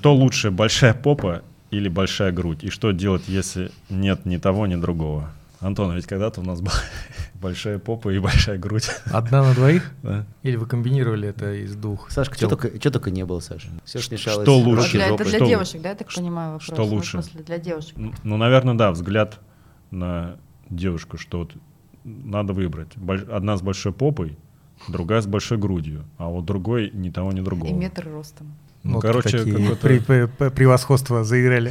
Что лучше, большая попа или большая грудь? И что делать, если нет ни того, ни другого? Антон, ведь когда-то у нас была большая попа и большая грудь. Одна на двоих? Да. Или вы комбинировали это из двух? Сашка, что только не было, Саша. Все смешалось. Что лучше? Это для Что- девушек, да, я так понимаю вопрос? что лучше? Ну, в смысле, для девушек. Ну, наверное, да, взгляд на девушку, что вот надо выбрать. Одна с большой попой, другая с большой грудью, а вот другой ни того, ни другого. И метр ростом. Ну, Вот короче, такие какой-то превосходство заиграли.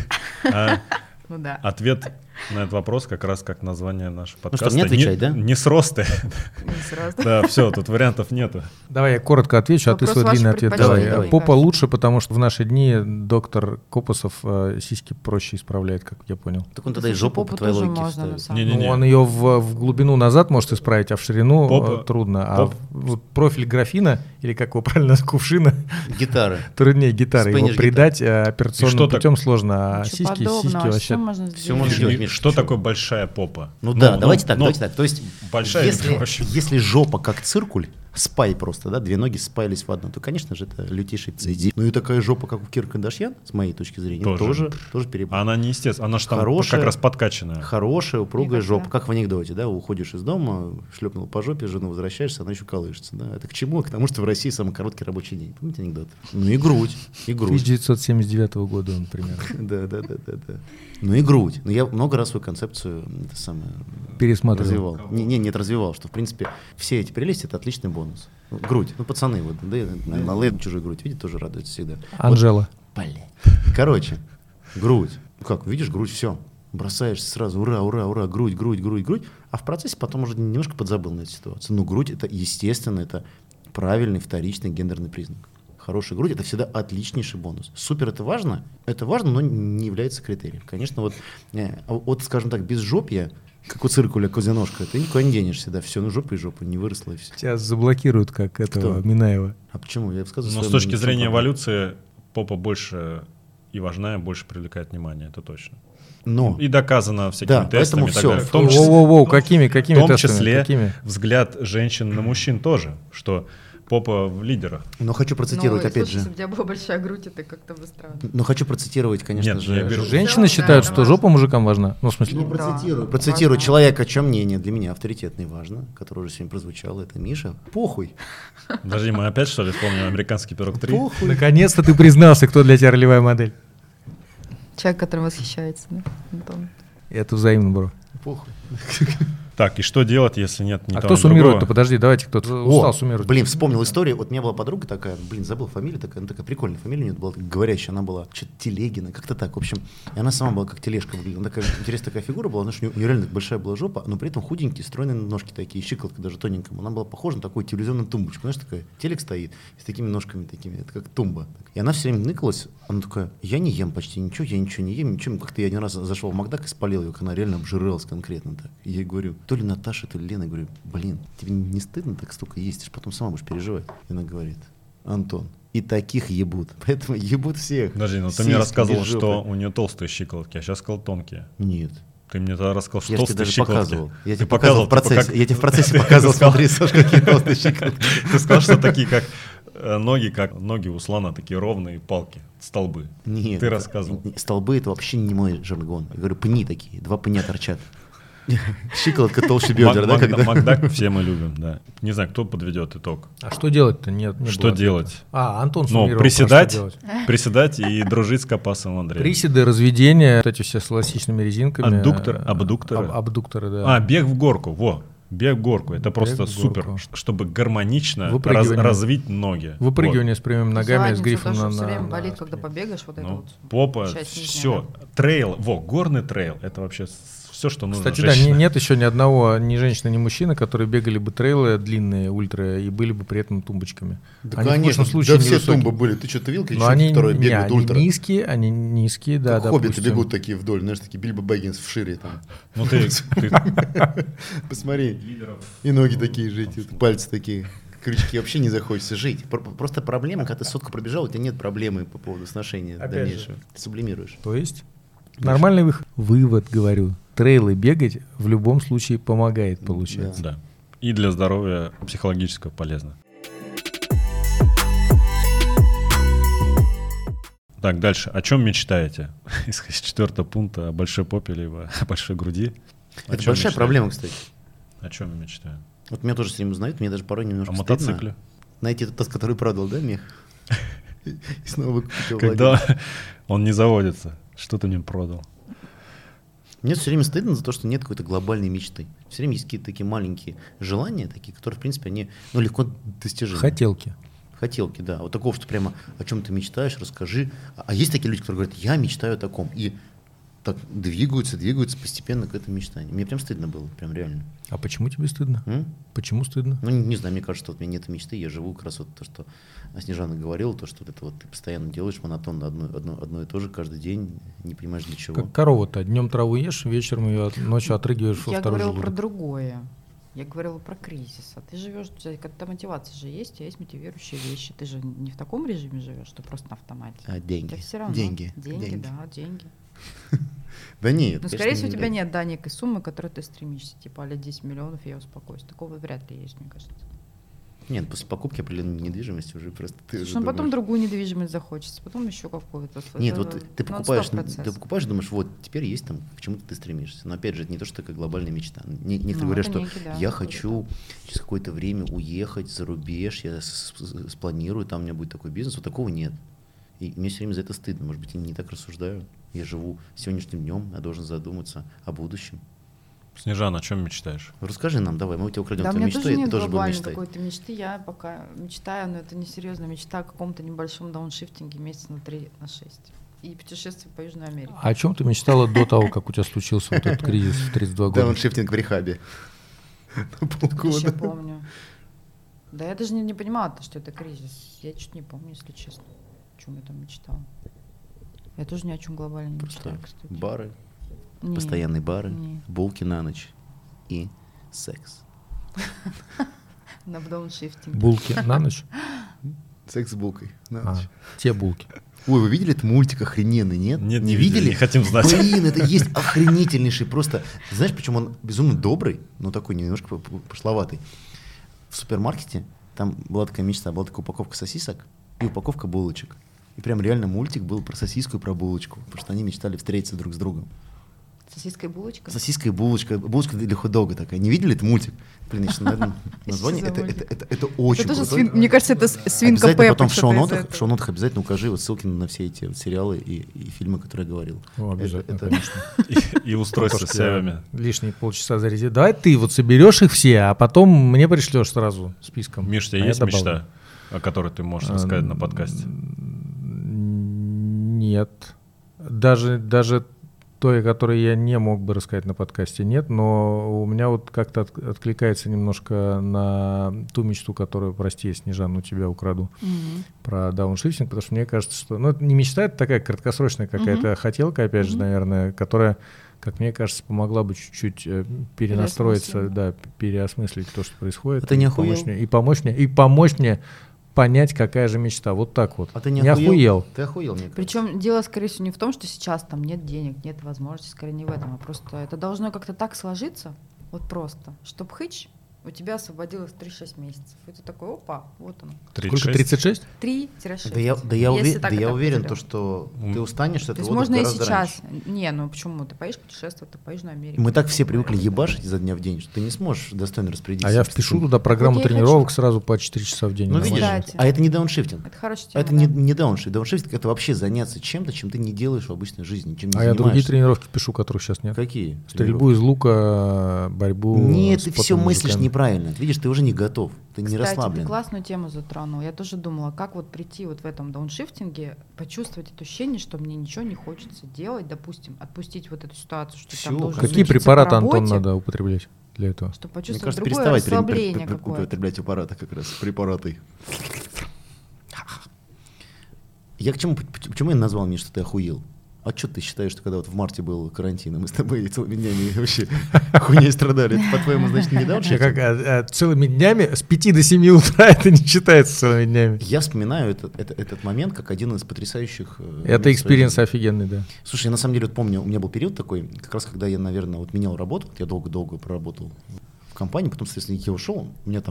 Ну да. ответ на этот вопрос как раз как название нашего Ну подкаста. что, мне отвечать, да? Не с роста. Не сразу. Да, все, тут вариантов нету. Давай я коротко отвечу, а ты Вопрос свой длинный ваших ответ предпочтений, давай. давай. Попа кажется. лучше, потому что в наши дни доктор Копосов сиськи проще исправляет, как я понял. Так он тогда и Слушай, жопу по попу твоей тоже логике можно, на вставит. самом Не-не-не. Ну, он ее в глубину назад может исправить, а в ширину Попа- трудно. А поп- вот профиль графина, или как его правильно, кувшина, Гитары. труднее гитары. Его Спэнниш придать И операционным что путем сложно, а Ничего сиськи подобного, вообще... всё можно всё сделать. можно делать. И Миш, Что почему? такое большая попа? Ну да, давайте так. То есть большая если, или если жопа как циркуль, спай просто, да, две ноги спаялись в одну, то, конечно же, это лютейший пиздец. Ну и такая жопа, как у Киры Кардашьян, с моей точки зрения, Тоже. тоже перебор. Она не естественная, она же там Хорошая- как раз подкачанная. Хорошая, упругая Никакая. жопа, как в анекдоте, да, уходишь из дома, шлепнул по жопе, жену возвращаешься, она еще колышется, да. Это к чему? К тому, что в России самый короткий рабочий день. Помните анекдот? Ну и грудь, и грудь. 1979 года он примерно. Да. Ну и грудь. Но я много раз свою концепцию это самое Пересматривал. развивал. Нет, развивал, что в принципе все эти прелести это отличный бонус. Ну, грудь. Ну, пацаны, вот, да, на чужую грудь, видите, тоже радуются всегда. Анжела. Вот, блядь. Короче, грудь. Ну как, видишь, грудь, все. Бросаешься сразу, ура, грудь. А в процессе потом уже немножко подзабыл на эту ситуацию. Но грудь это, естественно, это правильный вторичный гендерный признак. Хорошая грудь — это всегда отличнейший бонус. Супер — это важно, но не является критерием. Конечно, вот скажем так, без жопья, как у циркуля козяножка, ты никуда не денешься, да, все, ну жопа и жопа, не выросла и все. Тебя заблокируют, как этого Минаева. А почему? Я сказал, Но с точки зрения эволюции попа больше и важная, больше привлекает внимание, это точно. Но, И доказано всякими Да, тестами поэтому и так всё. далее. В том числе, Воу-воу-воу, какими в том тестами? числе Какими? взгляд женщин на мужчин тоже, что попа в лидерах. но хочу процитировать, Ну, опять слушай, же. если у тебя была большая грудь, это как-то бы странно. Но хочу процитировать, конечно Нет, же. я беру- Женщины Да, считают, да, что важно. жопа мужикам важна. Ну, в смысле, Ну, да. Процитирую Важно. человека, чье мнение для меня авторитетно и важно, которое уже сегодня прозвучало, это Миша. Похуй. Подожди, мы опять что ли вспомним «Американский пирог 3»? Похуй. наконец-то ты признался, кто для тебя ролевая модель. Человек, которым восхищается, да? Антон? Это взаимно, бро. Похуй. Так, и что делать, если нет ни А того, кто ни суммирует-то? другого? Подожди, давайте кто-то устал суммировать. Блин, вспомнил историю. Вот у меня была подруга такая, забыл фамилию такая, ну такая прикольная фамилия у нее была, такая говорящая, она была что-то Телегина, как-то так. В общем, и она сама была как тележка выглядела. Она такая интересная такая фигура была, знаешь, у нее реально большая была жопа, но при этом худенькие, стройные ножки такие, щиколотка даже тоненькая. Она была похожа на такую телевизионную тумбочку, знаешь, такая, телек стоит с такими ножками такими, это как тумба. И она все время ныкалась, она такая, я не ем почти ничего, я ничего не ем, ничего. Как-то я один раз зашел в Макдак и спалил ее, как она реально обжиралась конкретно так. И я ей говорю, то ли Наташа, то ли Лена, говорю, блин, тебе не стыдно так столько есть, ты ж потом сама будешь переживать. И она говорит, Антон, и таких ебут, поэтому ебут всех. Подожди, ну ты Сиськи мне рассказывал, без жопы. что у нее толстые щиколотки, а сейчас сказал тонкие. Нет. Ты мне тогда рассказал, что Я же тебе толстые даже щиколотки. показывал. Я Ты тебе показывал в типа, процессе. как- Я тебе в процессе Ты показывал, сказал- смотри, Саш, какие толстые щиколотки. Ты сказал, что такие как ноги у слона, такие ровные палки, столбы. Нет. Ты это- рассказывал. Столбы — это вообще не мой жаргон. Я говорю, пни такие, два пня торчат. Щиколотка толще бедер, да, когда? Макдак все мы любим, да. Не знаю, кто подведет итог. А что делать-то? Нет, не Что было ответа. делать? Антон Ну, суммировал. приседать, про что делать. приседать и дружить с Копасовым Андреем. Приседы, разведения, вот эти все с эластичными резинками. Абдукторы. Абдукторы, да. Бег в горку, бег в горку. Это просто в супер, горку. чтобы гармонично Выпрыгивание. развить ноги. Выпрыгивание с прямыми ногами, с Задницу грифом тоже на... все время на болит, спине. когда побегаешь, вот это Ну, вот. попа, часть нижняя, все. Трейл, горный трейл. Это вообще все, что нужно. Кстати, да, женщине. нет еще ни одного, ни женщины, ни мужчины, которые бегали бы трейлы длинные, ультра, и были бы при этом тумбочками. Да, Они в конечно, худшем случае да все невысокие. тумбы были. Ты что, ты видел, какие Но они, второй не, бегают они ультра? низкие, да, Как хоббиты допустим. бегут такие вдоль, знаешь, такие Бильбо Бэггинс в шире там. Ну ты Посмотри, и ноги такие жить, вот пальцы такие. Крючки вообще не захочется жить. Просто проблема, когда ты сотку пробежал, у тебя нет проблемы по поводу сношения Опять дальнейшего. Ты сублимируешь. То есть нормальный выход. Вывод, говорю. Трейлы бегать в любом случае помогает, получается. да. И для здоровья психологического полезно. Так, дальше. О чем мечтаете? Из 4-го пункта, о большой попе либо о большой груди. Это большая проблема, кстати. О чем я мечтаю? Вот меня тоже все время узнают, мне даже порой немножко О стыдно. мотоцикле. Найти тот, который продал, да, мех? И снова выкупить его Когда владельца. он не заводится, что ты мне продал? Мне все время стыдно за то, что нет какой-то глобальной мечты. Все время есть какие-то такие маленькие желания, такие, которые, в принципе, они легко достижимы. Хотелки. Хотелки, да. Вот такого, что прямо о чем ты мечтаешь, расскажи. А есть такие люди, которые говорят, я мечтаю о таком. И так двигаются постепенно к этому мечтанию. Мне прям стыдно было, прям реально. А почему тебе стыдно? Почему стыдно? Ну, не знаю, мне кажется, что вот у меня нет мечты, я живу как раз вот то, что Снежана говорила, то, что вот это вот ты постоянно делаешь монотонно одно и то же каждый день, не понимаешь для чего. Как корова-то. Днем траву ешь, вечером ее ночью отрыгиваешь во Я второй говорила про желудок. другое. Я говорила про кризис. А ты живешь, у тебя какая-то мотивация же есть, у тебя есть мотивирующие вещи. Ты же не в таком режиме живешь, что просто на автомате. А деньги? Да все равно. Деньги. Да, деньги. Да нет. Но, скорее всего, у тебя нет, да, некой суммы, к которой ты стремишься. Типа, а 10 миллионов, я успокоюсь. Такого вряд ли есть, мне кажется. Нет, после покупки определенной недвижимости уже просто ты уже Потом думаешь. другую недвижимость захочется, потом еще какую-то. Нет, вот ты покупаешь, процесс. думаешь, вот, теперь есть там, к чему-то ты стремишься. Но опять же, это не то, что такая глобальная мечта. Некоторые Ну, говорят, это что некий, да, я какой-то хочу через какое-то время уехать за рубеж, я спланирую, там у меня будет такой бизнес. Вот такого нет. И мне все время за это стыдно. Может быть, я не так рассуждаю. Я живу сегодняшним днем, я должен задуматься о будущем. Снежана, о чем мечтаешь? Расскажи нам, давай, мы у тебя украдем Да, у твою меня мечту, тоже и ты нет тоже будешь глобальной мечтать. какой-то мечты. Я пока мечтаю, но это не серьезная мечта о каком-то небольшом дауншифтинге месяца на 3-6. И путешествие по Южной Америке. А о чем ты мечтала до того, как у тебя случился вот этот кризис в 32 года? Дауншифтинг в рехабе. На Это еще полгода. помню. Да я даже не понимала, что это кризис. Я что-то не помню, если честно, о чем я там мечтала. Я тоже ни о чем глобально не Просто мечтаю, кстати. бары, Не, постоянные бары, не. булки на ночь и секс. На дауншифтинге. Булки на ночь? Секс с булкой на А, ночь. те булки. Ой, вы видели этот мультик охрененный, нет? Нет, не видели? не хотим знать. Блин, это есть охренительнейший просто. Знаешь, почему он безумно добрый, но такой немножко пошловатый. В супермаркете там была такая мечта, была такая упаковка сосисок и упаковка булочек. И прям реально мультик был про сосиску и про булочку, потому что они мечтали встретиться друг с другом. Сосиска и булочка? Сосиска и булочка для хот-дога такая. Не видели этот мультик? Блин, я сейчас найду название. Что за Это очень Это тоже крутой. мне кажется, это свинка Обязательно Пеппа. потом в что-то из шоу-нотах, этого. обязательно укажи вот ссылки на все эти вот сериалы и фильмы, которые я говорил. О, обязательно, Это- конечно. И устройство с Потому что Xiaomi. я лишние полчаса зарядил. Давай ты вот соберешь их все, а потом мне пришлешь сразу списком. Миш, у тебя А я есть добавлю. мечта, о которой ты можешь рассказать на подкасте? Нет. Даже той, о которой я не мог бы рассказать на подкасте, нет, но у меня вот как-то откликается немножко на ту мечту, которую, прости, Снежан, у тебя украду, про дауншифтинг, потому что мне кажется, что... Ну, это не мечта, это такая краткосрочная какая-то хотелка, опять же, наверное, которая, как мне кажется, помогла бы чуть-чуть перенастроиться, да, переосмыслить то, что происходит. А ты не и охуел? помочь мне понять, какая же мечта. Вот так вот. А ты не охуел? Ты охуел, мне кажется. Причем дело, скорее всего, не в том, что сейчас там нет денег, нет возможности, скорее не в этом, а просто это должно как-то так сложиться, вот просто, чтоб хыч, у тебя освободилось 3-6 месяцев. И ты такой, опа, вот оно. Сколько, 36? 3-6. Да я Если так это уверен, определённо. что ты устанешь от То этого есть можно и гораздо сейчас. раньше. Не, ну почему? Ты поедешь путешествовать, ты поедешь на Америку. Мы так все привыкли ебашить изо дня в день, что ты не сможешь достойно распорядиться. А я этим. впишу туда программу Вот я и тренировок хочу. сразу по 4 часа в день. Ну, наложу. видишь, Кстати. а это не дауншифтинг. Это хорошая тема. Это не дауншифтинг. Дауншифтинг — это вообще заняться чем-то, чем ты не делаешь в обычной жизни, чем не А я другие занимаешься. тренировки пишу, которых сейчас нет. Какие? Стрельбу из лука, борьбу. Нет, с ты потом все мыслишь мужиками. неправильно. Ты видишь, ты уже не готов, ты не Кстати, расслаблен. ты классную тему затронул. Я тоже думала, как вот прийти вот в этом дауншифтинге, почувствовать это ощущение, что мне ничего не хочется делать, допустим, отпустить вот эту ситуацию, что Всё, там должен Какие случиться препараты, по Антон, работе, надо употреблять для этого? чтобы Мне почувствовать кажется, другое переставать расслабление какое-то. употреблять аппараты как раз, препараты. Я к чему, почему я назвал мне, что ты охуел? А что ты считаешь, что когда вот в марте был карантин, и мы с тобой целыми днями вообще хуйней страдали, это, по-твоему, значит, не дауншифтинг? Целыми днями с 5 до 7 утра это не считается целыми днями. Я вспоминаю этот момент как один из потрясающих... Это экспириенс офигенный, да. Слушай, я на самом деле вот помню, у меня был период такой, как раз когда я, наверное, вот менял работу, вот я долго-долго проработал в компании, потом, соответственно, я ушел, у меня там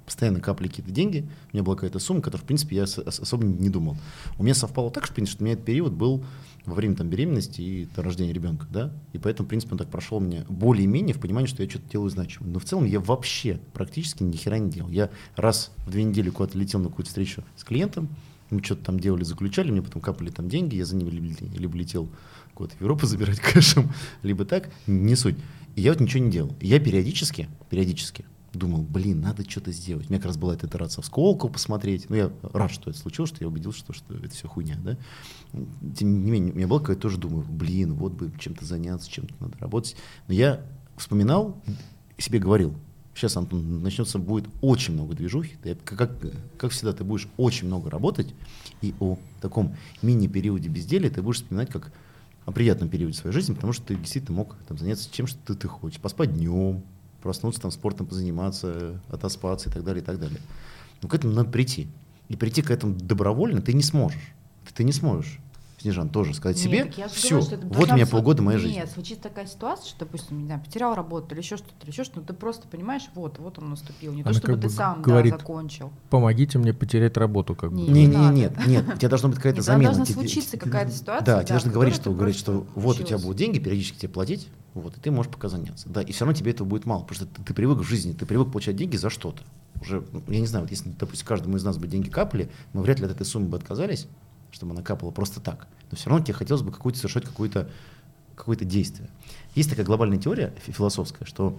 Постоянно капали какие-то деньги, у меня была какая-то сумма, которую, в принципе, я особо не думал. У меня совпало так, что, в принципе, что у меня этот период был во время там, беременности и рождения ребенка, да, и поэтому, в принципе, он так прошел у меня более-менее в понимании, что я что-то делаю значимое. Но в целом я вообще практически ни хера не делал. Я раз в 2 недели куда-то летел на какую-то встречу с клиентом, мы что-то там делали, заключали, мне потом капали там деньги, я за ними либо летел куда-то в Европу забирать кэшем, либо так, не суть. И я вот ничего не делал. И я периодически думал, надо что-то сделать. У меня как раз была эта итерация в Сколково посмотреть. Ну, я рад, что это случилось, что я убедился, что это все хуйня, да. Тем не менее, у меня было какое-то тоже, думаю, вот бы чем-то заняться, чем-то надо работать. Но я вспоминал, себе говорил, сейчас, Антон, будет очень много движухи, как всегда, ты будешь очень много работать, и о таком мини-периоде безделия ты будешь вспоминать как о приятном периоде своей жизни, потому что ты действительно мог там заняться чем, что ты хочешь, поспать днем, проснуться, там, спортом позаниматься, отоспаться и так далее, и так далее. Но к этому надо прийти. И прийти к этому добровольно ты не сможешь. Ты не сможешь, Снежан, тоже сказать себе, все, вот у меня полгода моей жизни. Нет, случится такая ситуация, что, допустим, не знаю, потерял работу или еще что-то, но ты просто понимаешь, вот он наступил. Не то, чтобы ты сам закончил. Помогите мне потерять работу, как бы. Нет, у тебя должна быть какая-то замена. Должна случиться какая-то ситуация. Да, тебе должны говорить, что вот у тебя будут деньги, периодически тебе платить, вот, и ты можешь пока заняться. Да, и все равно тебе этого будет мало, потому что ты привык в жизни, ты привык получать деньги за что-то. Уже, я не знаю, вот если, допустим, каждому из нас бы деньги капали, мы вряд ли от этой суммы бы отказались, чтобы она капала просто так. Но все равно тебе хотелось бы совершать какое-то действие. Есть такая глобальная теория философская, что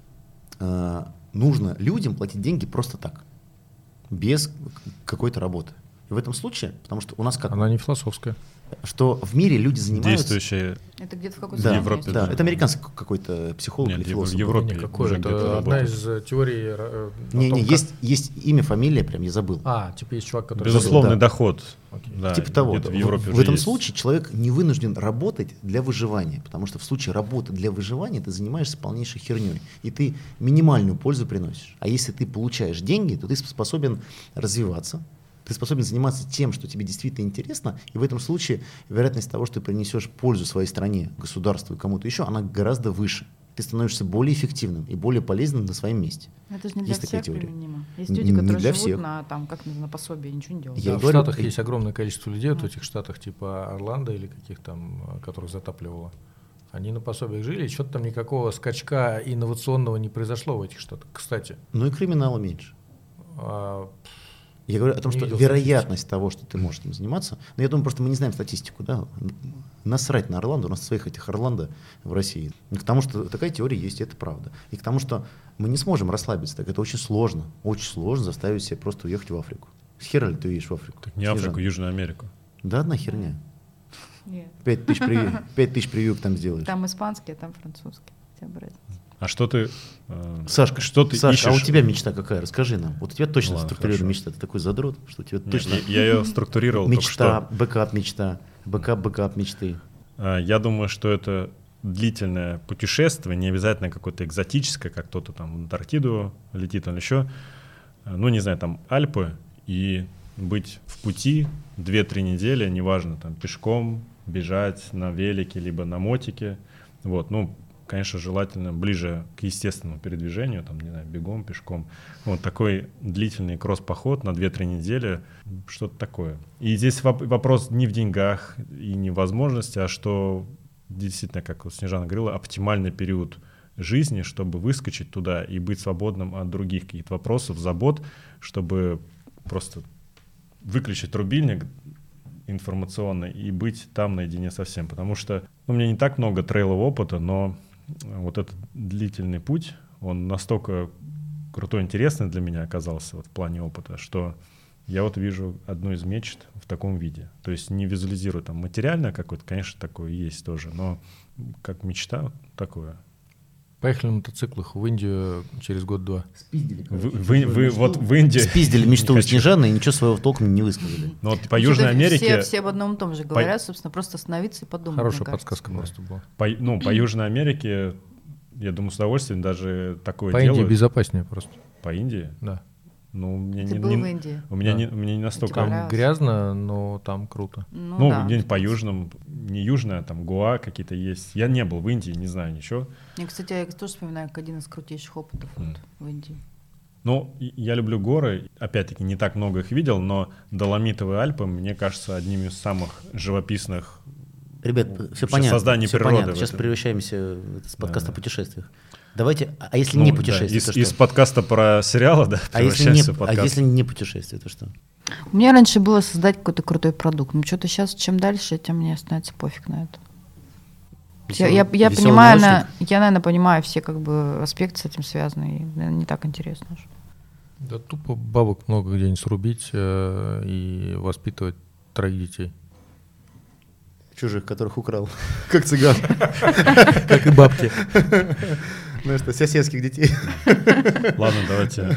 нужно людям платить деньги просто так, без какой-то работы. И в этом случае, потому что у нас как... Она не философская. Что в мире люди занимаются... Действующие. Это где-то в какой-то да, Европе. Да, это американский какой-то психолог. Нет, или философ. в Европе. Какой? Это одна из теорий... Есть имя, фамилия, прям я забыл. Типа есть чувак, который... Безусловный доход. Да, типа того. в Европе в этом есть. случае человек не вынужден работать для выживания, потому что в случае работы для выживания ты занимаешься полнейшей херней, и ты минимальную пользу приносишь. А если ты получаешь деньги, то ты способен развиваться, ты способен заниматься тем, что тебе действительно интересно, и в этом случае вероятность того, что ты принесешь пользу своей стране, государству и кому-то еще, она гораздо выше. Ты становишься более эффективным и более полезным на своем месте. Это же не для всех применимо. Есть Не люди, которые для живут всех. на пособие и ничего не делают. Да, в Штатах есть огромное количество людей, вот в этих штатах типа Орландо или каких там, которых затапливало. Они на пособиях жили, и что-то там никакого скачка инновационного не произошло в этих штатах. Кстати. Ну и криминала меньше. Я говорю о том, что вероятность того, что ты можешь этим заниматься, но я думаю, просто мы не знаем статистику, да, насрать на Орландо, у нас своих этих Орландо в России, к тому, что такая теория есть, это правда, и к тому, что мы не сможем расслабиться, так это очень сложно заставить себя просто уехать в Африку. С хера ли ты уедешь в Африку? Так не Африку, Южную Америку. Да, одна херня. Нет. 5000 прививок там сделаешь. Там испанский, а там французский. А что ты, Сашка, ищешь? А у тебя мечта какая? Расскажи нам. Вот у тебя точно Ладно, структурирована хорошо. мечта. Ты такой задрот, что у тебя Нет, точно... Я ее структурировал только Мечта, что. бэкап мечты. Я думаю, что это длительное путешествие, не обязательно какое-то экзотическое, как кто-то там в Антарктиду летит, или еще. Ну, не знаю, там Альпы, и быть в пути 2-3 недели, неважно, там пешком, бежать на велике, либо на мотике. Вот, ну, конечно, желательно ближе к естественному передвижению, там, не знаю, бегом, пешком. Вот такой длительный кросс-поход на 2-3 недели, что-то такое. И здесь вопрос не в деньгах и не в возможности, а что действительно, как вот Снежана говорила, оптимальный период жизни, чтобы выскочить туда и быть свободным от других каких-то вопросов, забот, чтобы просто выключить рубильник информационный и быть там наедине со всем. Потому что у меня не так много трейлового опыта, но вот этот длительный путь, он настолько крутой, интересный для меня оказался вот в плане опыта, что я вот вижу одну из мечт в таком виде. То есть не визуализирую там материально какое-то, конечно, такое есть тоже, но как мечта такое. Поехали на мотоциклах в Индию через год-два. Спиздили. Вы вот в Индии... Спиздили мечту у Снежаны и ничего своего толком не высказали. Ну вот по Южной Америке... Все об одном и том же говорят, собственно, просто остановиться и подумать. Хорошая подсказка просто была. По Южной Америке, я думаю, с удовольствием даже такое По делают. Индии безопаснее просто. По Индии? Да. Ну, у меня Ты был в Индии? У меня не настолько... Там грязно, но там круто. Ну, да. где-нибудь по южным, не южная, там Гоа какие-то есть. Я не был в Индии, не знаю ничего. Я, кстати, я тоже вспоминаю, как один из крутейших опытов вот, в Индии. Ну, я люблю горы, опять-таки не так много их видел, но Доломитовые Альпы, мне кажется, одними из самых живописных Ребят, все вообще понятно. создание Все природы понятно. в Сейчас этом. превращаемся с подкаста Да. о путешествиях. Давайте, а если Ну, не да, путешествия, то из что? подкаста про сериалы, да, А если превращаемся в а подкаст. если не путешествия, то что? У меня раньше было создать какой-то крутой продукт. Но что-то сейчас, чем дальше, тем мне становится пофиг на это. Я Веселый понимаю, научник? я, наверное, понимаю все как бы аспекты с этим связаны. И, наверное, не так интересно уже. Да тупо бабок много где-нибудь срубить и воспитывать 3 детей. Чужих, которых украл. Как цыган. Как и бабки. Ну что, соседских детей. Ладно, давайте.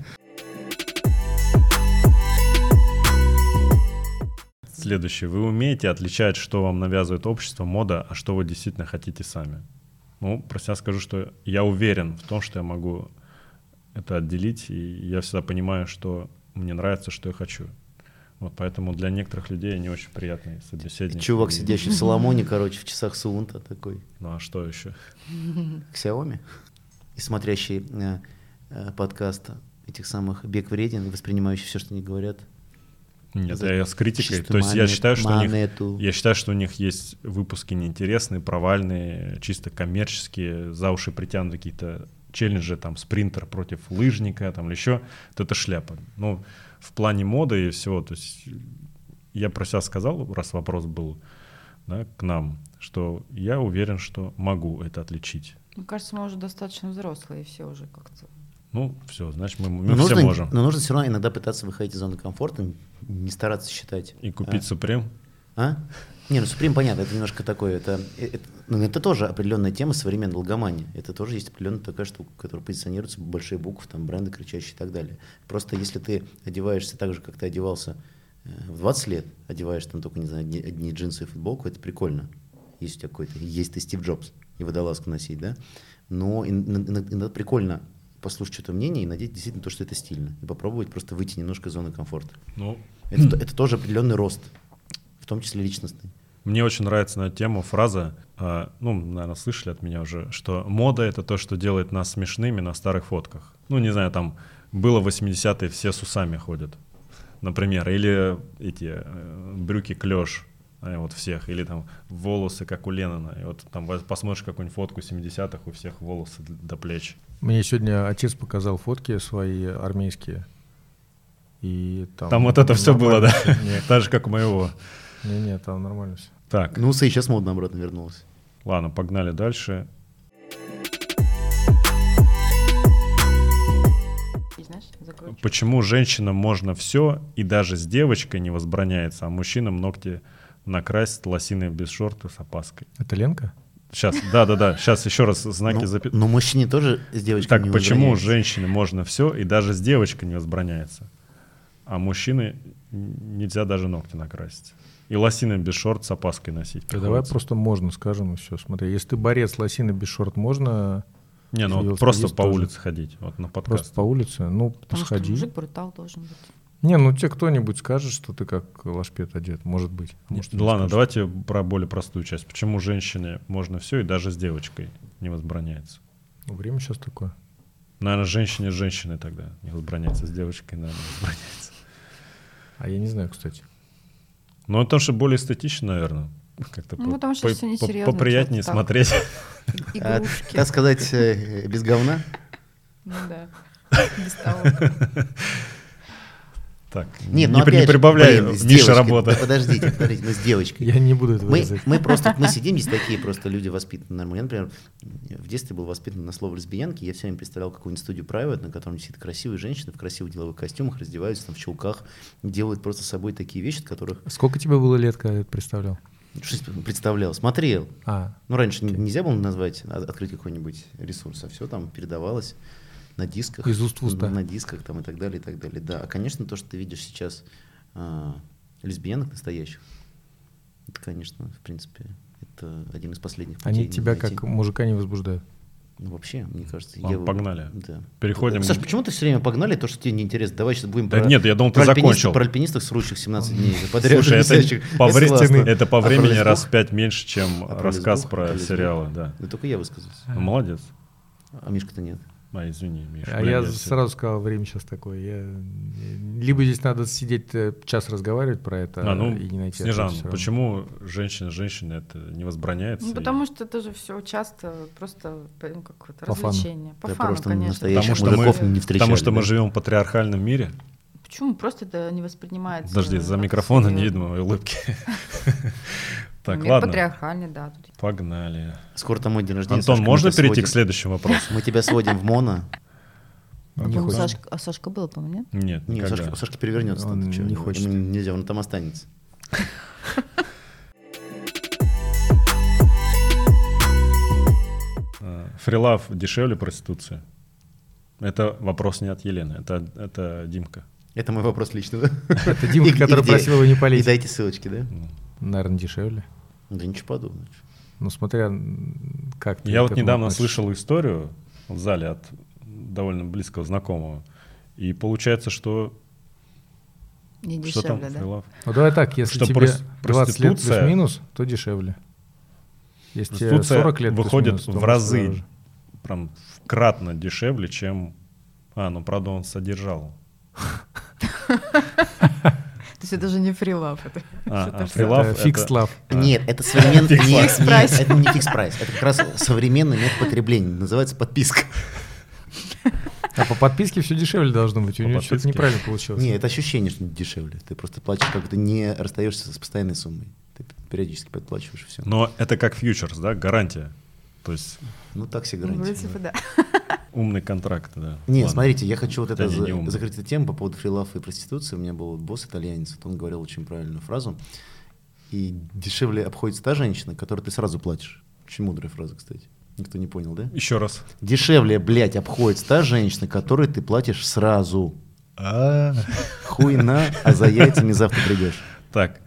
Следующий. Вы умеете отличать, что вам навязывает общество, мода, а что вы действительно хотите сами? Ну, про себя скажу, что я уверен в том, что я могу это отделить, и я всегда понимаю, что мне нравится, что я хочу. Вот поэтому для некоторых людей я не очень приятный собеседник. Чувак, И- сидящий в Соломоне, короче, в часах Суунта такой. Ну а что еще? Xiaomi. И смотрящий подкаст этих самых «Бег вреден», и воспринимающий все, что они говорят. Нет, За я с критикой. чистую То есть я считаю, что у них монету. Я считаю, что у них есть выпуски неинтересные, провальные, чисто коммерческие, за уши притянуты какие-то челленджи, там, спринтер против лыжника, там, или еще. Вот это шляпа. Ну, в плане моды и всего, то есть я про себя сказал, раз вопрос был, да, к нам, что я уверен, что могу это отличить. Мне кажется, мы уже достаточно взрослые, и все уже как-то. Ну, все, значит, мы Но все нужно, можем. но нужно все равно иногда пытаться выходить из зоны комфорта, не стараться считать. И купить Supreme. А? Не, ну Supreme, понятно, это немножко такое, это тоже определенная тема современной лгомании. Это тоже есть определенная такая штука, которая позиционируется большие буквы, там, бренды кричащие и так далее. Просто если ты одеваешься так же, как ты одевался в 20 лет, одеваешь там только, не знаю, одни джинсы и футболку, это прикольно. Есть у тебя какой-то, есть ты Стив Джобс, и водолазку носить, да? Но иногда прикольно послушать что-то мнение и надеть действительно то, что это стильно. И попробовать просто выйти немножко из зоны комфорта. Ну, Это тоже определенный рост, в том числе личностный. мне очень нравится на эту тему фраза, ну, наверное, слышали от меня уже, что мода — это то, что делает нас смешными на старых фотках. Ну, не знаю, там было в 80-е, все с усами ходят, например, или эти брюки клеш, вот всех, или там волосы, как у Леннона. И вот там посмотришь какую-нибудь фотку 70-х, у всех волосы до плеч. Мне сегодня отец показал фотки свои армейские. И Там вот это все было, да? Нет, Так же, как у моего. не, там нормально все. Так, Ну, и сейчас модно обратно вернулась. ладно, погнали дальше. Знаешь, закручу. Почему женщинам можно все, и даже с девочкой не возбраняется, а мужчинам ногти накрасить лосиной без шорты с опаской? Это Ленка? Сейчас, да, сейчас еще раз знаки Но мужчине тоже с девочкой Так, не почему возбраняется? женщине можно все, и даже с девочкой не возбраняется, а мужчины нельзя даже ногти накрасить? И лосины без шорт с опаской носить Да давай приходится. просто можно скажем и все. Смотри, если ты борец лосины без шорт, можно Не, ну вот велосипедист просто по тоже. улице ходить, вот на подкаст. Просто по улице, ну, Потому что сходи. мужик брутал должен быть. Не, ну тебе кто-нибудь скажет, что ты как лошпед одет, может быть. Может, не Ладно, скажет. давайте про более простую часть. Почему женщине можно все, и даже с девочкой не возбраняется? Ну, время сейчас такое. Наверное, женщине с женщиной тогда не возбраняется, с девочкой, наверное, возбраняется. А я не знаю, кстати. Ну, потому что более эстетично, наверное. Как-то Ну, потому что всё несерьезно, поприятнее что-то так. смотреть. Игрушки. Так сказать, без говна? Ну да. Без того. Так, Нет, не, ну опять не же, прибавляй, блин, с Миша, девочкой. работа. Да подождите, мы с девочкой. Я не буду этого вырезать. Мы сидим здесь такие просто люди воспитанные, нормально. Я, например, в детстве был воспитан на слово лесбиянки, я все время представлял какую-нибудь студию Private, на котором сидят красивые женщины в красивых деловых костюмах, раздеваются там в чулках, делают просто с собой такие вещи, от которых Сколько тебе было лет, когда ты это представлял? представлял, смотрел. А, Ну, раньше нельзя было назвать, открыть какой-нибудь ресурс, а все там передавалось на дисках. Из уст в уста. На дисках там и так далее, и так далее. Да, а, конечно, то, что ты видишь сейчас лесбиянок настоящих, это, конечно, в принципе, это один из последних путей. они тебя найти. как мужика не возбуждают. Ну, вообще, мне кажется... Ладно, погнали. Да. Переходим. Саш, почему ты все время погнали то, что тебе неинтересно? Давай сейчас будем Да нет, я думал, ты закончил. Про альпинистов, срущих 17 дней подряд. Слушай, висящих. это классно. это по А про времени лесбух? раз в 5 меньше, чем А про рассказ лесбух? про Про лесбух? сериалы, да. Да только я высказался. Ну, молодец. А Мишка-то нет. Извини, Миша. А я сразу сказал, время сейчас такое. Либо здесь надо сидеть час разговаривать про это и не найти. Снежан, почему женщина это не возбраняется? Ну, потому что это же все часто просто какое-то развлечение. По фану, просто конечно. Потому что мы живем в патриархальном мире. Почему? Просто это не воспринимается. Подожди, за микрофоном не видно моей улыбки. Так, мир ладно. патриархальный, да. Погнали. Скоро там мой день рождения. Антон, можно перейти к следующему вопросу? Мы тебя сводим в моно. А Сашка был, по-моему, нет? Нет, у Сашки перевернется. Он не хочет. Нельзя, он там останется. Фрилав дешевле проституции? Это вопрос не от Елены, это Димка. Это мой вопрос лично, да? Это Димка, который просил его не И палить. дайте ссылочки, да? Наверное, дешевле. Да ничего подобного. Ну, смотря как ты Я к вот этому недавно относишься. слышал историю в зале от довольно близкого знакомого. И получается, что... Не Что там, дешевле, да? Фрилав? Ну, давай так, если Что тебе 20 лет проституция- плюс-минус, то дешевле. Если тебе Проституция 40 лет выходит плюс-минус, то в может разы, дороже. прям кратно дешевле, чем... ну правда он содержал. То есть это же не фрилав. Это что-то фрилав Это фикс лав. Нет, это современный... Фикс прайс. Это не фикс-прайс. Это как раз современный метод потребления. Называется подписка. А по подписке все дешевле должно быть. У По него что-то подписке? неправильно получилось. Нет, это ощущение, что дешевле. Ты просто платишь, как ты не расстаешься с постоянной суммой. Ты периодически подплачиваешь, и все. Но это как фьючерс, да, гарантия. То есть Ну, так все Ну, гарантии. вроде бы да. умный контракт, да. Не, Ладно. смотрите, я хочу вот это Да не, не умный. закрыть эту тему по поводу фрилафа и проституции. У меня был босс итальянец, вот он говорил очень правильную фразу. И дешевле обходится та женщина, которой ты сразу платишь. Очень мудрая фраза, кстати. Никто не понял, да? Еще раз. Дешевле, блядь, обходится та женщина, которой ты платишь сразу. Хуйна, а за яйцами завтра придешь. Так.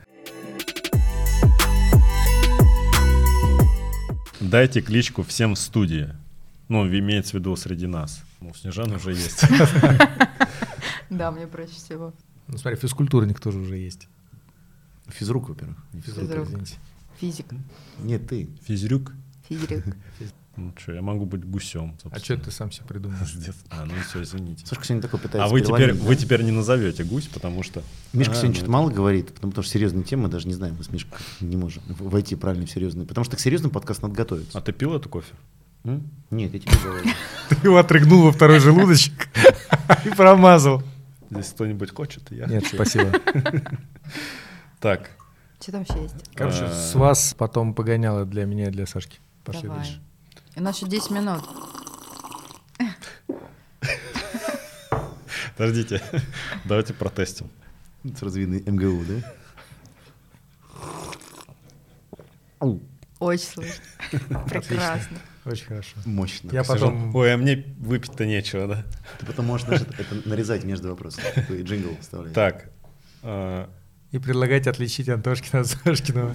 Дайте кличку всем в студии. Ну, имеется в виду среди нас. Ну, Снежана уже есть. Да, мне проще всего. Ну, смотри, физкультурник тоже уже есть. Физрук, во-первых. Физрук. Извините. Физик. Нет, ты. Физрюк. Физик. Ну что, я могу быть гусем. А что ты сам себе придумал? Ну все, извините. Сашка сегодня такой А пытается вы переломить, теперь да? не назовете гусь, потому что... Мишка сегодня ну что-то это- мало говорит, потому что серьезные темы даже не знаем. Мы с Мишкой не можем войти правильно в серьезные. Потому что к серьезным подкастам надо готовиться. А ты пил эту кофе? Нет, я тебе говорю. Ты его отрыгнул во второй желудочек и промазал. Здесь кто-нибудь хочет? Я Нет, хочу. спасибо. Так, Что там еще есть? Короче, с вас потом погоняло для меня и для Сашки. Пошли Давай. дальше. У нас еще 10 минут. подождите. Давайте протестим. Сразу видно МГУ, да? Очень слышно. Прекрасно. Очень хорошо. Мощно. Я Сижу. потом... Ой, а мне выпить-то нечего, да? Ты потом можешь даже это нарезать между вопросами. Такой джингл вставлять. Так. И предлагать отличить Антошкина от Сашкиного.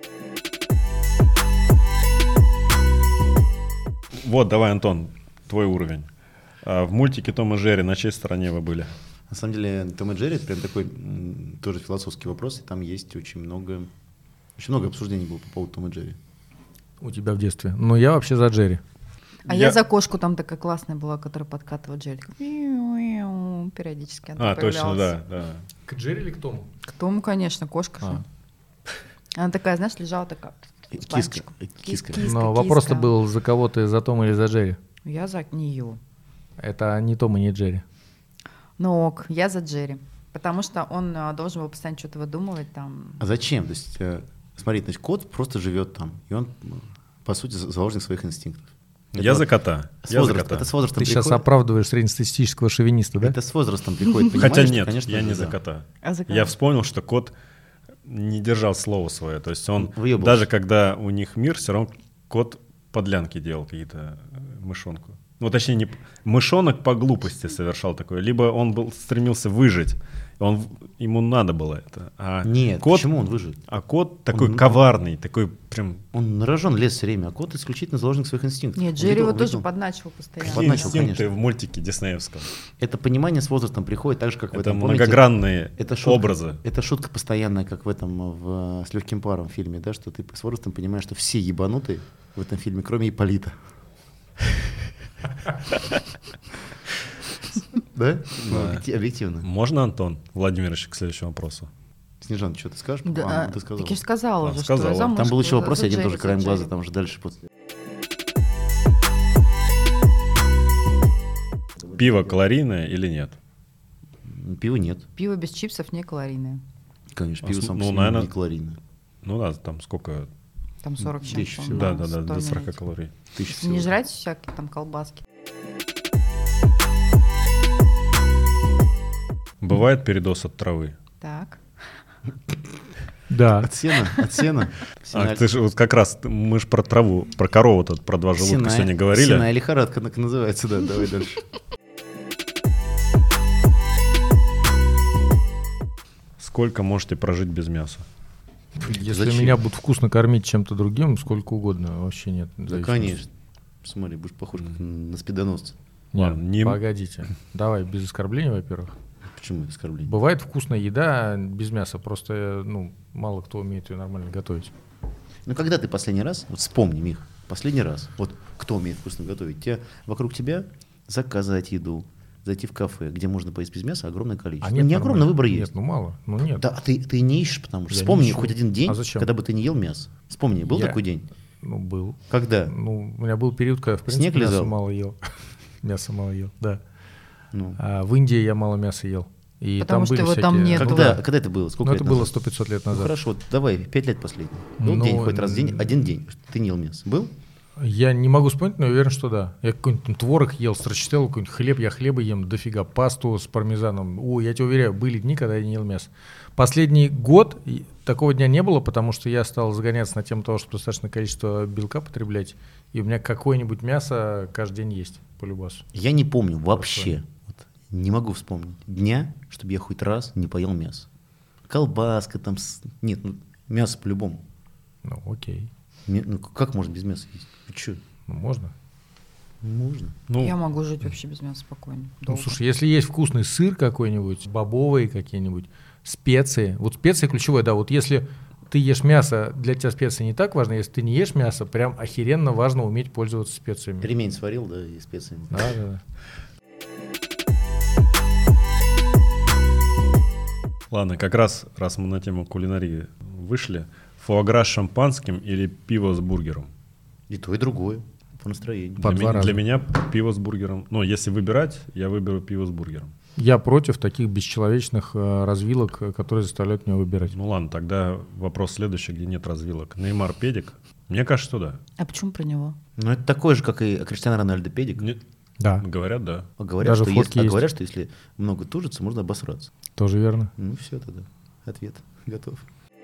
Вот, давай, Антон, твой уровень. В мультике Том и Джерри на чьей стороне вы были? На самом деле, Том и Джерри — это прям такой тоже философский вопрос, и там есть очень много обсуждений было по поводу Тома и Джерри. У тебя в детстве. Ну, я вообще за Джерри. А я за кошку там такая классная была, которая подкатывала Джерри. Периодически она Точно, появлялась. да. К Джерри или к Тому? К Тому, конечно, кошка же. Она такая, знаешь, лежала такая. с Киска. пальчиком. Киска. Но вопрос-то был, за кого ты, за Тома или за Джерри? Я за нее. Это не Том и не Джерри. Ну ок, я за Джерри. Потому что он должен был постоянно что-то выдумывать там. А зачем? То есть, смотри, то есть кот просто живет там, и он, по сути, заложник своих инстинктов. Я за кота. Это с возрастом Ты сейчас приходит. оправдываешь среднестатистического шовиниста, да? Это с возрастом приходит, понимаешь, Хотя что, нет, конечно, я не да. за кота. А за кого? Я вспомнил, что кот не держал слово свое. То есть он, Выебывался. даже когда у них мир, все равно кот подлянки делал какие-то мышонку. Ну, точнее, не мышонок по глупости совершал такое. Либо он стремился выжить, ему надо было это. А Нет, кот, почему он выжил? А кот такой коварный, такой прям... Он на рожон лез все время, а кот исключительно заложник своих инстинктов. Нет, Джерри его тоже подначивал постоянно. Какие Подначил, инстинкты конечно. в мультике диснеевском. Это понимание с возрастом приходит так же, как в Это этом, помните? многогранные Это шутка, образы. Это шутка постоянная, как в этом, с легким паром фильме, да, что ты с возрастом понимаешь, что все ебанутые в этом фильме, кроме Ипполита. Да? Да. Объективно. Можно, Антон Владимирович, к следующему вопросу? Снежан, что ты скажешь? Да, Ты сказала. так я же сказала А, уже, сказала. что я замуж Там был еще за вопрос, я один Джерри, тоже краем за глаза, Джерри. там уже дальше после. Пиво калорийное или нет? Пива нет. Пиво без чипсов не калорийное. Конечно, А пиво с- сам ну, по себе наверно, не калорийное. Ну да, там сколько? Там 40 чем-то, 1000 всего. Да, по-моему, да, да, до 100 40 мл. калорий. Тысяча Не всего. жрать всякие там колбаски. Бывает передоз от травы? Так. Да. От сена, от сена. А, ты же вот как раз, мы же про траву, про корову тут, про два желудка сегодня говорили. Сенная лихорадка так называется, да, давай дальше. Сколько можете прожить без мяса? Если Зачем? меня будут вкусно кормить чем-то другим, сколько угодно, вообще нет. Да, зависимости. конечно. Смотри, будешь похож как на спидоносца. Нет, Ладно, не- погодите. Давай, без оскорблений, во-первых. Почему это оскорбление? Бывает вкусная еда без мяса, просто мало кто умеет ее нормально готовить. Ну, когда ты последний раз, вот вспомни, Мих, последний раз, вот кто умеет вкусно готовить, вокруг тебя заказать еду, зайти в кафе, где можно поесть без мяса, огромное количество. нет Не огромный нормально. выбор Нет, есть. мало. Ну нет. Да, ты не ищешь, потому что Я не вспомни ищу. хоть один день, А зачем? когда бы ты не ел мясо. Вспомни, был Я- такой день? Ну, был. Когда? Ну, у меня был период, когда, в принципе, Снег лизал? мясо мало ел. Мясо мало ел, да. Ну. А в Индии я мало мяса ел. И Потому там что были его там всякие- нет. Когда это было? Сколько Ну, лет это было назад? 100-500 лет Ну, назад. хорошо, вот давай, 5 лет последний. Был Ну, день, хоть раз в день, один день, что ты не ел мясо. Был? Я не могу вспомнить, но уверен, что да. Я какой-нибудь там творог ел, страчителл, какой-нибудь хлеб, я хлеба ем дофига, пасту с пармезаном. Ой, я тебе уверяю, были дни, когда я не ел мясо. Последний год такого дня не было, потому что я стал загоняться на тему того, чтобы достаточное количество белка потреблять, и у меня какое-нибудь мясо каждый день есть, по любасу. Я не помню вообще, вот, не могу вспомнить дня, чтобы я хоть раз не поел мясо. Колбаска там, нет, ну, мясо по-любому. Ну, окей. Ну, как можно без мяса есть? Вы чё? Ну, можно. Можно. Ну, Я могу жить вообще без мяса спокойно. Ну, долго. слушай, если есть вкусный сыр какой-нибудь, бобовые какие-нибудь, специи. Вот специи ключевое, да, вот если ты ешь мясо, для тебя специи не так важно, если ты не ешь мясо, прям охеренно важно уметь пользоваться специями. Ремень сварил, да, и специями. Да, да, да. ладно, как раз мы на тему кулинарии вышли, фуагра с шампанским или пиво с бургером? И то, и другое. По настроению. По два раза. Для меня пиво с бургером. Ну, если выбирать, я выберу пиво с бургером. Я против таких бесчеловечных развилок, которые заставляют меня выбирать. Ну ладно, тогда вопрос следующий, где нет развилок. Неймар педик? Мне кажется, что да. А почему про него? Ну, это такой же, как и Криштиану Рональдо педик. Не- Да, Говорят, да. А говорят, Даже что фотки есть. говорят, что если много тужится, можно обосраться. тоже верно. Ну, все тогда. Ответ готов.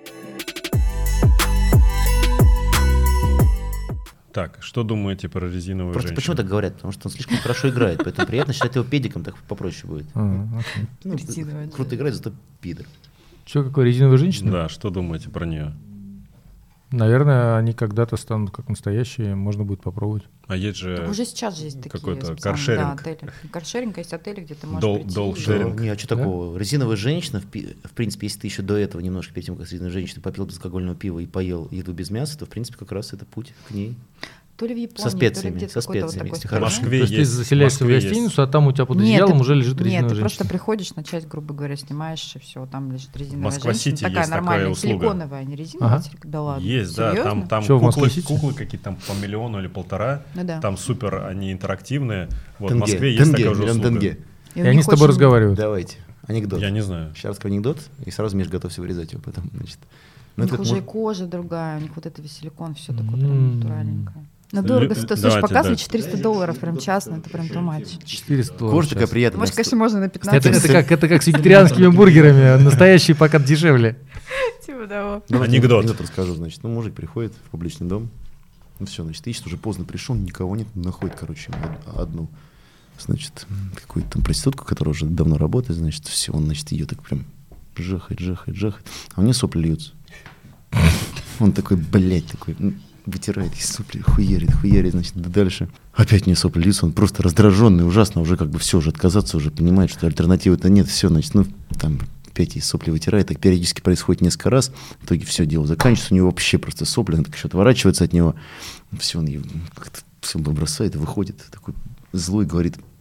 Так, что думаете про резиновую Просто женщину? почему так говорят? Потому что он слишком хорошо играет, поэтому приятно считать его педиком, так попроще будет. Окей. Ну, Резиновая круто играет, зато пидор. Что, какой резиновая женщина? Да, что думаете про нее? Наверное, они когда-то станут как настоящие, можно будет попробовать. А есть же Так уже сейчас же есть такие какой-то специальные, каршеринг. да, отели. Каршеринг, есть отели, где ты можешь Дол- прийти. дол- и- шеринг. Не, а что такого? Резиновая женщина, в принципе, если ты еще до этого немножко перед тем, как с резиновой женщиной попил безалкогольного пива и поел еду без мяса, то, в принципе, как раз это путь к ней. То ли в Японии, Со то ли специями, где-то со какой-то вот специями, такой если В стране. Москве То есть ты есть. заселяешься в Москве есть. гостиницу, а там у тебя под Нет, одеялом ты- уже лежит Нет, резиновая ты женщина. просто приходишь на часть, грубо говоря, снимаешь, и все, там лежит резиновая Москва-Сити женщина. Такая есть такая нормальная, услуга. силиконовая, не резиновая. Ага. Да ладно. Есть, да, Серьезно? там Чё, в куклы, Москве-Сити? куклы какие-то там по миллиону или полтора, Ну да. там супер, они интерактивные. Вот в Тенге, Москве есть тенге, такая же миллион услуга. тенге. И они с тобой разговаривают. Давайте. Анекдот. Я не знаю. Сейчас расскажу анекдот, и сразу Миш готовься вырезать его потом. Значит. У Ну, них это уже и может- кожа другая, у них вот это весь силикон, все такое прям натуральненькое. Ну, Лю- дорого стоит. Слушай, давайте, показывают да. $400 прям честно, это прям too much. 400 Кожа долларов такая сейчас. приятная. Может, конечно, можно на 15. Это как с вегетарианскими бургерами. Настоящий пока дешевле. Типа того. Давайте Анекдот. Анекдот расскажу, значит. Ну, мужик приходит в публичный дом. Ну, все, значит, ищет, уже поздно пришел, никого нет, находит, короче, одну, значит, какую-то там проститутку, которая уже давно работает, значит, все, он, значит, ее так прям жахает. А у нее сопли льются. Он такой, блядь, такой, вытирает из сопли, хуярит, значит, дальше. Опять мне сопли льются, он просто раздраженный, ужасно, уже как бы все, уже отказаться, уже понимает, что альтернативы-то нет, все, значит, ну, там, опять из сопли вытирает, так периодически происходит несколько раз, в итоге все, дело заканчивается, у него вообще просто сопли, он так еще отворачивается от него, все, он ее как-то все бросает, выходит, такой злой, говорит,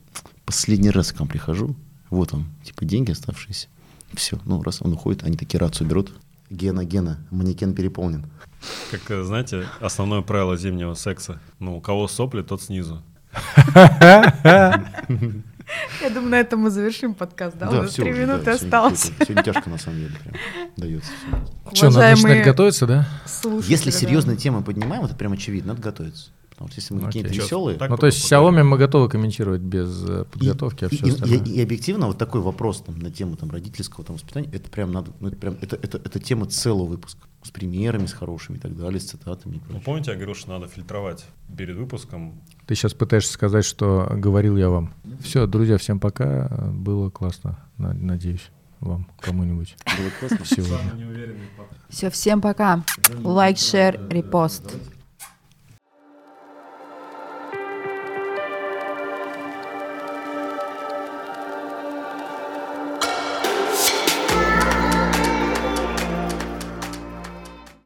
последний раз к вам прихожу, вот он, типа деньги оставшиеся. Все, ну раз он уходит, они такие рацию берут. Гена, манекен переполнен. Как, знаете, основное правило зимнего секса. Ну, у кого сопли, тот снизу. Я думаю, на этом мы завершим подкаст, да? У нас всё 3 уже, минуты да, осталось. Сегодня тяжко, на самом деле, прям дается. Что, надо Уважаемые начинать готовиться, да? слушатели, Если да. серьезные темы поднимаем, это прям очевидно, надо готовиться. Потому что если мы Окей. какие-то Чё, веселые... так Ну, то есть поговорим. Xiaomi мы готовы комментировать без подготовки, а все остальное. И объективно вот такой вопрос там, на тему там, родительского там, воспитания, это прям надо, ну, это тема целого выпуска. С примерами, с хорошими и так далее, с цитатами и Ну, прочее. помните, я говорил, что надо фильтровать перед выпуском. Ты сейчас пытаешься сказать, что говорил я вам. Все, друзья, всем пока. Было классно. Надеюсь, вам кому-нибудь Было классно. сегодня. Самый неуверенный Все, всем пока. Лайк, шер, репост.